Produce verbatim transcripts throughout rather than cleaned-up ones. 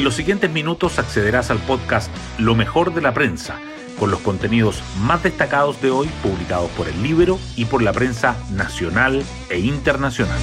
En los siguientes minutos accederás al podcast Lo mejor de la prensa, con los contenidos más destacados de hoy publicados por El Libero y por la prensa nacional e internacional.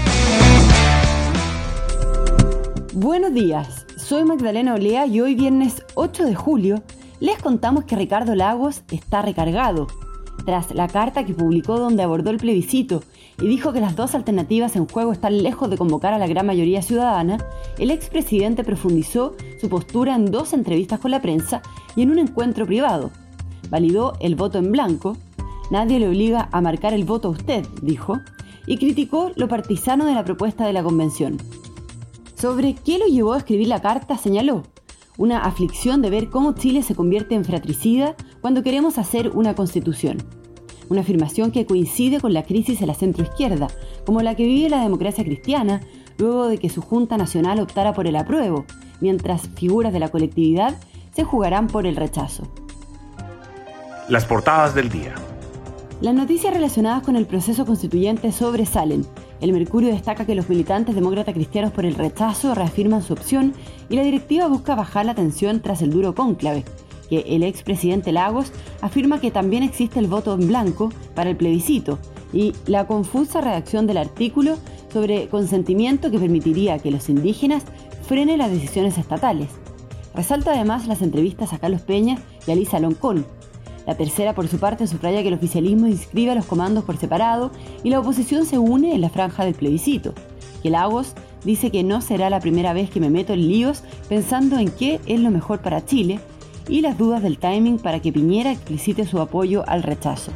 Buenos días, soy Magdalena Olea y hoy viernes ocho de julio les contamos que Ricardo Lagos está recargado tras la carta que publicó donde abordó el plebiscito y dijo que las dos alternativas en juego están lejos de convocar a la gran mayoría ciudadana. El expresidente profundizó su postura en dos entrevistas con la prensa y en un encuentro privado. Validó el voto en blanco, nadie le obliga a marcar el voto a usted, dijo, y criticó lo partisano de la propuesta de la convención. Sobre qué lo llevó a escribir la carta, señaló: una aflicción de ver cómo Chile se convierte en fratricida cuando queremos hacer una constitución. Una afirmación que coincide con la crisis en la centroizquierda, como la que vive la democracia cristiana, luego de que su Junta Nacional optara por el apruebo, mientras figuras de la colectividad se jugarán por el rechazo. Las portadas del día. Las noticias relacionadas con el proceso constituyente sobresalen. El Mercurio destaca que los militantes demócratas cristianos por el rechazo reafirman su opción y la directiva busca bajar la tensión tras el duro cónclave, que el expresidente Lagos afirma que también existe el voto en blanco para el plebiscito y la confusa redacción del artículo sobre consentimiento que permitiría que los indígenas frenen las decisiones estatales. Resalta además las entrevistas a Carlos Peña y a Lisa Loncón. La Tercera, por su parte, subraya que el oficialismo inscribe a los comandos por separado y la oposición se une en la franja del plebiscito. Que Lagos dice que no será la primera vez que me meto en líos pensando en qué es lo mejor para Chile y las dudas del timing para que Piñera explicite su apoyo al rechazo.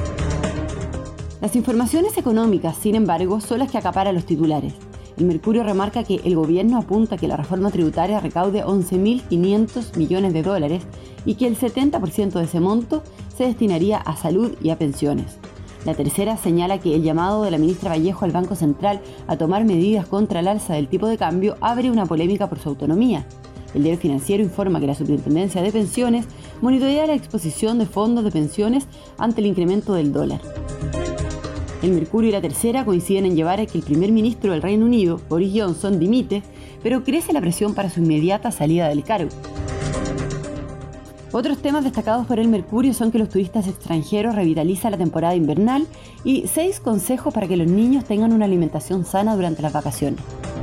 Las informaciones económicas, sin embargo, son las que acaparan los titulares. El Mercurio remarca que el gobierno apunta a que la reforma tributaria recaude once mil quinientos millones de dólares y que el setenta por ciento de ese monto se destinaría a salud y a pensiones. La Tercera señala que el llamado de la ministra Vallejo al Banco Central a tomar medidas contra el alza del tipo de cambio abre una polémica por su autonomía. El Diario Financiero informa que la Superintendencia de Pensiones monitorea la exposición de fondos de pensiones ante el incremento del dólar. El Mercurio y la Tercera coinciden en llevar a que el primer ministro del Reino Unido, Boris Johnson, dimite, pero crece la presión para su inmediata salida del cargo. Otros temas destacados por el Mercurio son que los turistas extranjeros revitalizan la temporada invernal y seis consejos para que los niños tengan una alimentación sana durante las vacaciones.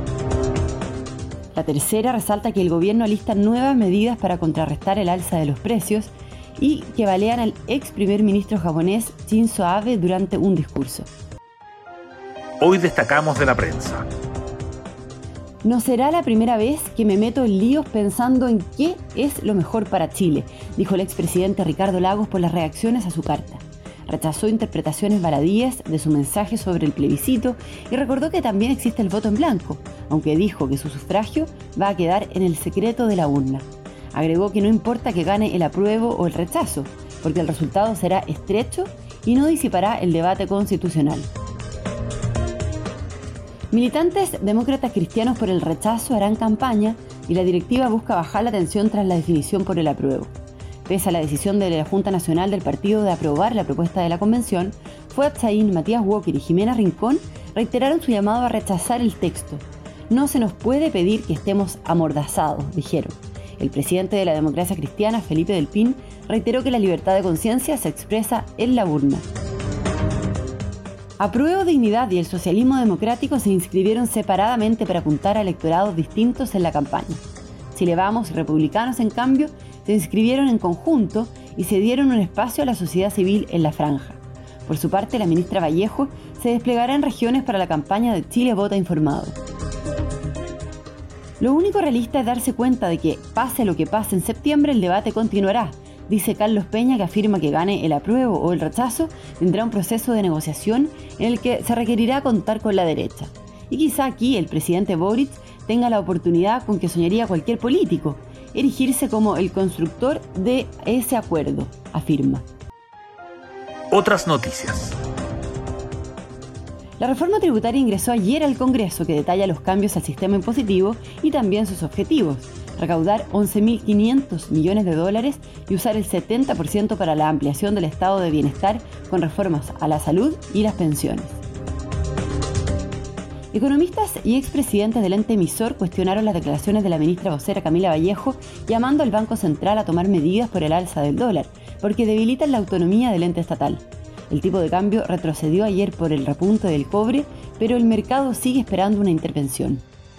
La Tercera resalta que el gobierno alista nuevas medidas para contrarrestar el alza de los precios y que balean al ex primer ministro japonés Shinzo Abe durante un discurso. Hoy destacamos de la prensa. No será la primera vez que me meto en líos pensando en qué es lo mejor para Chile, dijo el expresidente Ricardo Lagos por las reacciones a su carta. Rechazó interpretaciones baladíes de su mensaje sobre el plebiscito y recordó que también existe el voto en blanco, aunque dijo que su sufragio va a quedar en el secreto de la urna. Agregó que no importa que gane el apruebo o el rechazo, porque el resultado será estrecho y no disipará el debate constitucional. Militantes demócratas cristianos por el rechazo harán campaña y la directiva busca bajar la tensión tras la definición por el apruebo. Pese a la decisión de la Junta Nacional del partido de aprobar la propuesta de la convención, Fuad Chaín, Matías Walker y Jimena Rincón reiteraron su llamado a rechazar el texto. No se nos puede pedir que estemos amordazados, dijeron. El presidente de la democracia cristiana, Felipe Del Pin, reiteró que la libertad de conciencia se expresa en la urna. Apruebo Dignidad y el Socialismo Democrático se inscribieron separadamente para apuntar a electorados distintos en la campaña. Chile Vamos y Republicanos, en cambio, se inscribieron en conjunto y se dieron un espacio a la sociedad civil en la franja. Por su parte, la ministra Vallejo se desplegará en regiones para la campaña de Chile Vota Informado. Lo único realista es darse cuenta de que, pase lo que pase en septiembre, el debate continuará, dice Carlos Peña, que afirma que gane el apruebo o el rechazo, vendrá un proceso de negociación en el que se requerirá contar con la derecha. Y quizá aquí el presidente Boric tenga la oportunidad con que soñaría cualquier político, erigirse como el constructor de ese acuerdo, afirma. Otras noticias. La reforma tributaria ingresó ayer al Congreso, que detalla los cambios al sistema impositivo y también sus objetivos: recaudar once mil quinientos millones de dólares y usar el setenta por ciento para la ampliación del estado de bienestar con reformas a la salud y las pensiones. Economistas y expresidentes del ente emisor cuestionaron las declaraciones de la ministra vocera Camila Vallejo, llamando al Banco Central a tomar medidas por el alza del dólar, porque debilitan la autonomía del ente estatal. El tipo de cambio retrocedió ayer por el repunte del cobre, pero el mercado sigue esperando una intervención.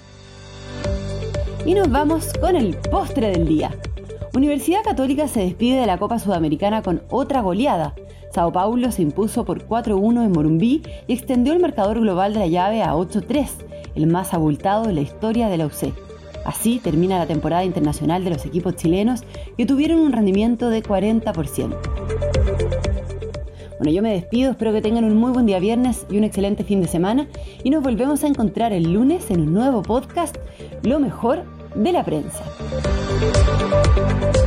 Y nos vamos con el postre del día. Universidad Católica se despide de la Copa Sudamericana con otra goleada. Sao Paulo se impuso por cuatro a uno en Morumbí y extendió el marcador global de la llave a ocho a tres, el más abultado en la historia de la U C. Así termina la temporada internacional de los equipos chilenos, que tuvieron un rendimiento de cuarenta por ciento. Bueno, yo me despido, espero que tengan un muy buen día viernes y un excelente fin de semana, y nos volvemos a encontrar el lunes en un nuevo podcast, Lo mejor de la prensa.